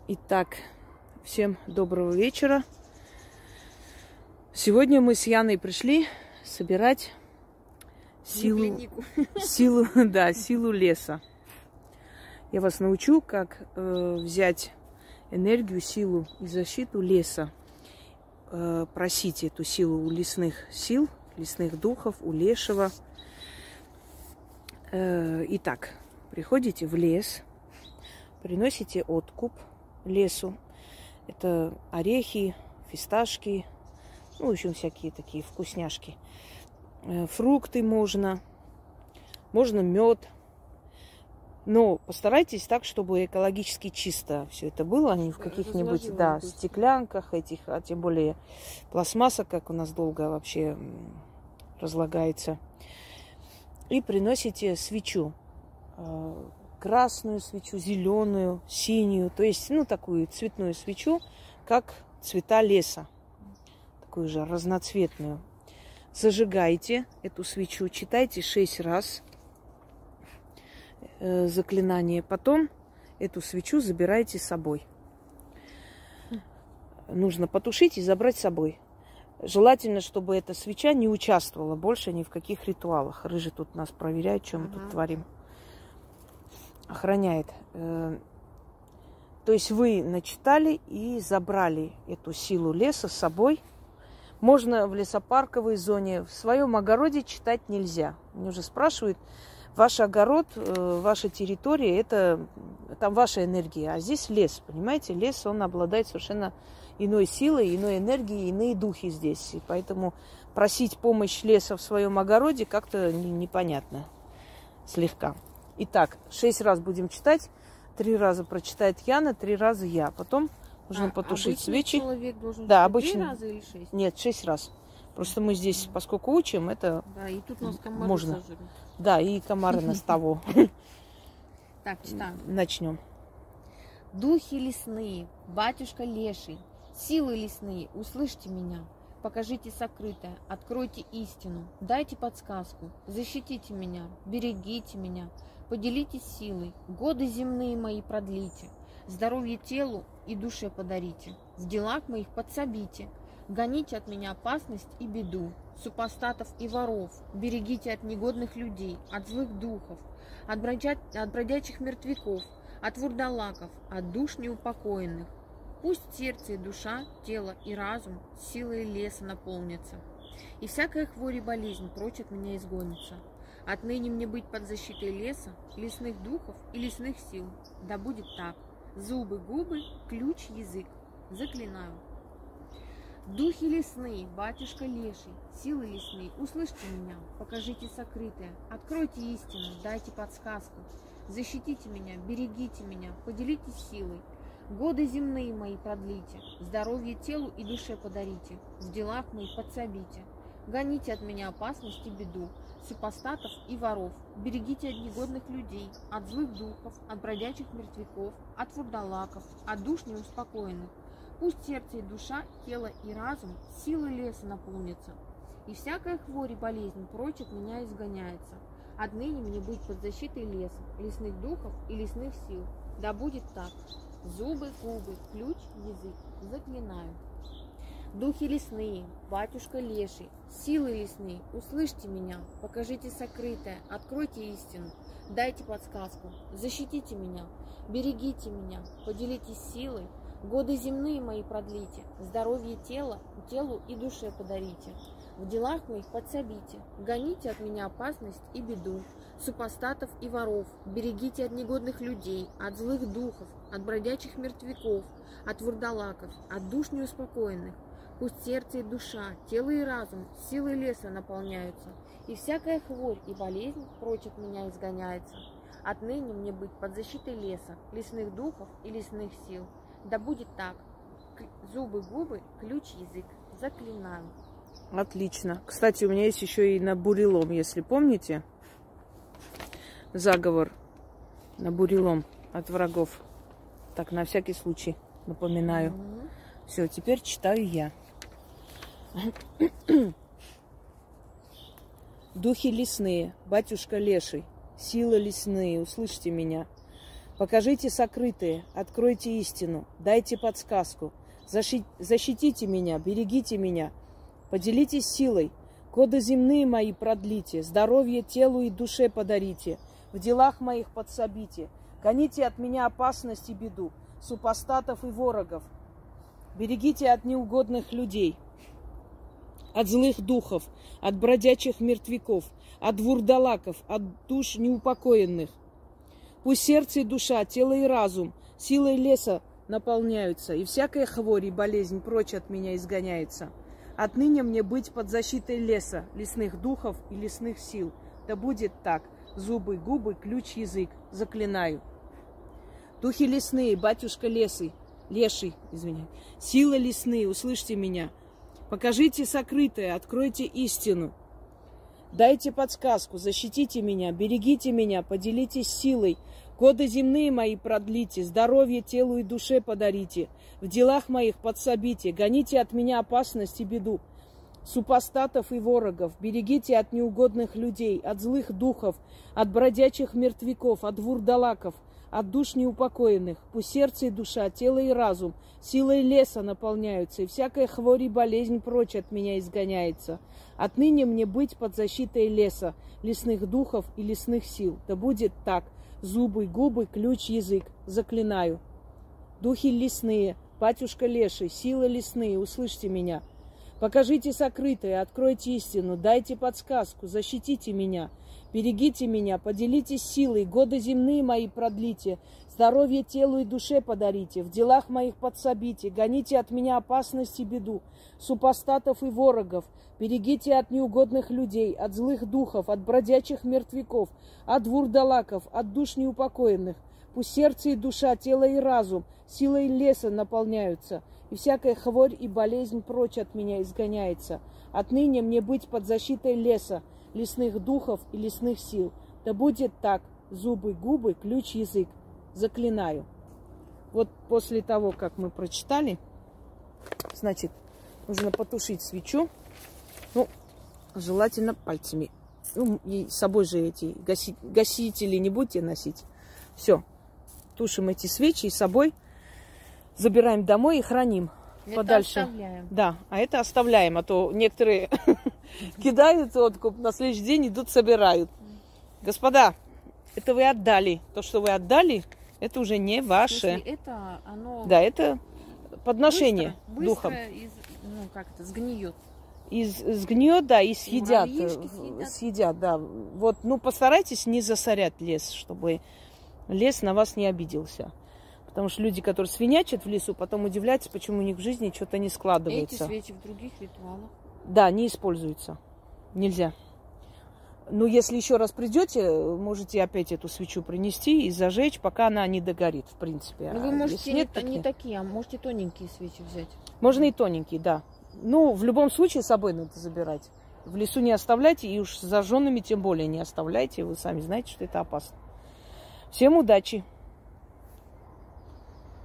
Итак, всем доброго вечера. Сегодня мы с Яной пришли собирать силу леса. Я вас научу, как взять энергию, силу и защиту леса. Просите эту силу у лесных сил, лесных духов, у лешего. Итак, приходите в лес, приносите откуп лесу. Это орехи, фисташки, ну, в общем, всякие такие вкусняшки. Фрукты можно мед. Но постарайтесь так, чтобы экологически чисто все это было, а не в каких-нибудь, стеклянках этих, а тем более пластмасса, как у нас долго вообще разлагается. И приносите свечу. Красную свечу, зеленую, синюю, то есть, такую цветную свечу, как цвета леса, такую же разноцветную. Зажигайте эту свечу, читайте 6 раз заклинание, потом эту свечу забирайте с собой. Нужно потушить и забрать с собой. Желательно, чтобы эта свеча не участвовала больше ни в каких ритуалах. Рыжий тут нас проверяет, что мы тут творим. Охраняет. То есть вы начитали и забрали эту силу леса с собой. Можно в лесопарковой зоне. В своем огороде читать нельзя. Мне уже спрашивают, ваш огород, ваша территория, это там ваша энергия. А здесь лес, понимаете? Лес, он обладает совершенно иной силой, иной энергией, иные духи здесь. И поэтому просить помощь леса в своем огороде как-то непонятно слегка. Итак, 6 раз будем читать, 3 раза прочитает Яна, 3 раза я. Потом нужно потушить свечи. Человек должен обычно 3 раза или 6? Нет, 6 раз. Просто мы здесь, поскольку учим, это да, и тут нас комары можно. сожрут. Да, и комары нас того. Так, читаем. Начнем. Духи лесные, батюшка леший, силы лесные, услышьте меня. Покажите сокрытое, откройте истину, дайте подсказку, защитите меня, берегите меня, поделитесь силой, годы земные мои продлите, здоровье телу и душе подарите, в делах моих подсобите, гоните от меня опасность и беду, супостатов и воров, берегите от негодных людей, от злых духов, от бродячих мертвяков, от вурдалаков, от душ неупокоенных. Пусть сердце и душа, тело и разум силой леса наполнятся, и всякая хворь и болезнь прочь от меня изгонится. Отныне мне быть под защитой леса, лесных духов и лесных сил. Да будет так. Зубы, губы, ключ, язык. Заклинаю. Духи лесные, батюшка леший, силы лесные, услышьте меня, покажите сокрытое, откройте истину, дайте подсказку. Защитите меня, берегите меня, поделитесь силой. Годы земные мои продлите, здоровье телу и душе подарите, в делах моих подсобите. Гоните от меня опасность и беду, супостатов и воров, берегите от негодных людей, от злых духов, от бродячих мертвяков, от вурдалаков, от душ неуспокоенных. Пусть сердце и душа, тело и разум силой леса наполнятся, и всякая хворь и болезнь прочь от меня изгоняется. Отныне мне быть под защитой леса, лесных духов и лесных сил. Да будет так. Зубы, губы, ключ, язык. Заклинаю. Духи лесные, батюшка леший, силы лесные, услышьте меня, покажите сокрытое, откройте истину, дайте подсказку, защитите меня, берегите меня, поделитесь силой, годы земные мои продлите, здоровье телу и душе подарите. В делах моих подсобите, гоните от меня опасность и беду, супостатов и воров, берегите от негодных людей, от злых духов, от бродячих мертвяков, от вурдалаков, от душ неуспокоенных. Пусть сердце и душа, тело и разум силой леса наполняются, и всякая хворь и болезнь прочь от меня изгоняется. Отныне мне быть под защитой леса, лесных духов и лесных сил. Да будет так. Зубы, губы, ключ, язык. Заклинаю. Отлично. Кстати, у меня есть еще и на бурелом, если помните. Заговор на бурелом от врагов. Так, на всякий случай напоминаю. Все, теперь читаю я. Духи лесные, батюшка леший, силы лесные, услышьте меня. Покажите сокрытое, откройте истину, дайте подсказку. Защитите меня, берегите меня, поделитесь силой. Годы земные мои продлите, здоровье телу и душе подарите, в делах моих подсобите. Гоните от меня опасность и беду, супостатов и ворогов. Берегите от неугодных людей, от злых духов, от бродячих мертвяков, от вурдалаков, от душ неупокоенных. Пусть сердце и душа, тело и разум силой леса наполняются, и всякая хворь и болезнь прочь от меня изгоняется. Отныне мне быть под защитой леса, лесных духов и лесных сил. Да будет так. Зубы, губы, ключ, язык. Заклинаю. Духи лесные, батюшка леший, силы лесные, услышьте меня. Покажите сокрытое, откройте истину. Дайте подсказку, защитите меня, берегите меня, поделитесь силой. Годы земные мои продлите, здоровье телу и душе подарите, в делах моих подсобите, гоните от меня опасность и беду, супостатов и ворогов, берегите от неугодных людей, от злых духов, от бродячих мертвяков, от вурдалаков, от душ неупокоенных. Пусть сердце и душа, тело и разум силой леса наполняются, и всякая хворь и болезнь прочь от меня изгоняется. Отныне мне быть под защитой леса, лесных духов и лесных сил. Да будет так. Зубы, губы, ключ, язык. Заклинаю. Духи лесные, батюшка леший, силы лесные, услышьте меня. Покажите сокрытое, откройте истину, дайте подсказку, защитите меня. Берегите меня, поделитесь силой, годы земные мои продлите, здоровье телу и душе подарите, в делах моих подсобите, гоните от меня опасность и беду, супостатов и ворогов, берегите от неугодных людей, от злых духов, от бродячих мертвяков, от вурдалаков, от душ неупокоенных. Пусть сердце и душа, тело и разум силой леса наполняются, и всякая хворь и болезнь прочь от меня изгоняется. Отныне мне быть под защитой леса, лесных духов и лесных сил. Да будет так. Зубы, губы, ключ, язык. Заклинаю. Вот после того, как мы прочитали, значит, нужно потушить свечу. Ну, желательно пальцами. Ну, и с собой же эти гасители не будете носить. Все. Тушим эти свечи и с собой забираем домой и храним. Это подальше. Оставляем. Да, а это оставляем, а то некоторые кидают откуп, на следующий день идут, собирают. Господа, это вы отдали. То, что вы отдали, это уже не ваше. Это оно... Да, это подношение духом. Быстро сгниет. Сгниет, да, и съедят. Съедят. Съедят, да. Вот, ну, постарайтесь не засорять лес, чтобы лес на вас не обиделся. Потому что люди, которые свинячат в лесу, потом удивляются, почему у них в жизни что-то не складывается. Эти свечи в других ритуалах? Да, не используются. Нельзя. Но если еще раз придете, можете опять эту свечу принести и зажечь, пока она не догорит, в принципе. Ну, вы можете нет, не такие, а можете тоненькие свечи взять. Можно и тоненькие, да. Ну, в любом случае с собой надо забирать. В лесу не оставляйте, и уж с зажженными тем более не оставляйте. Вы сами знаете, что это опасно. Всем удачи!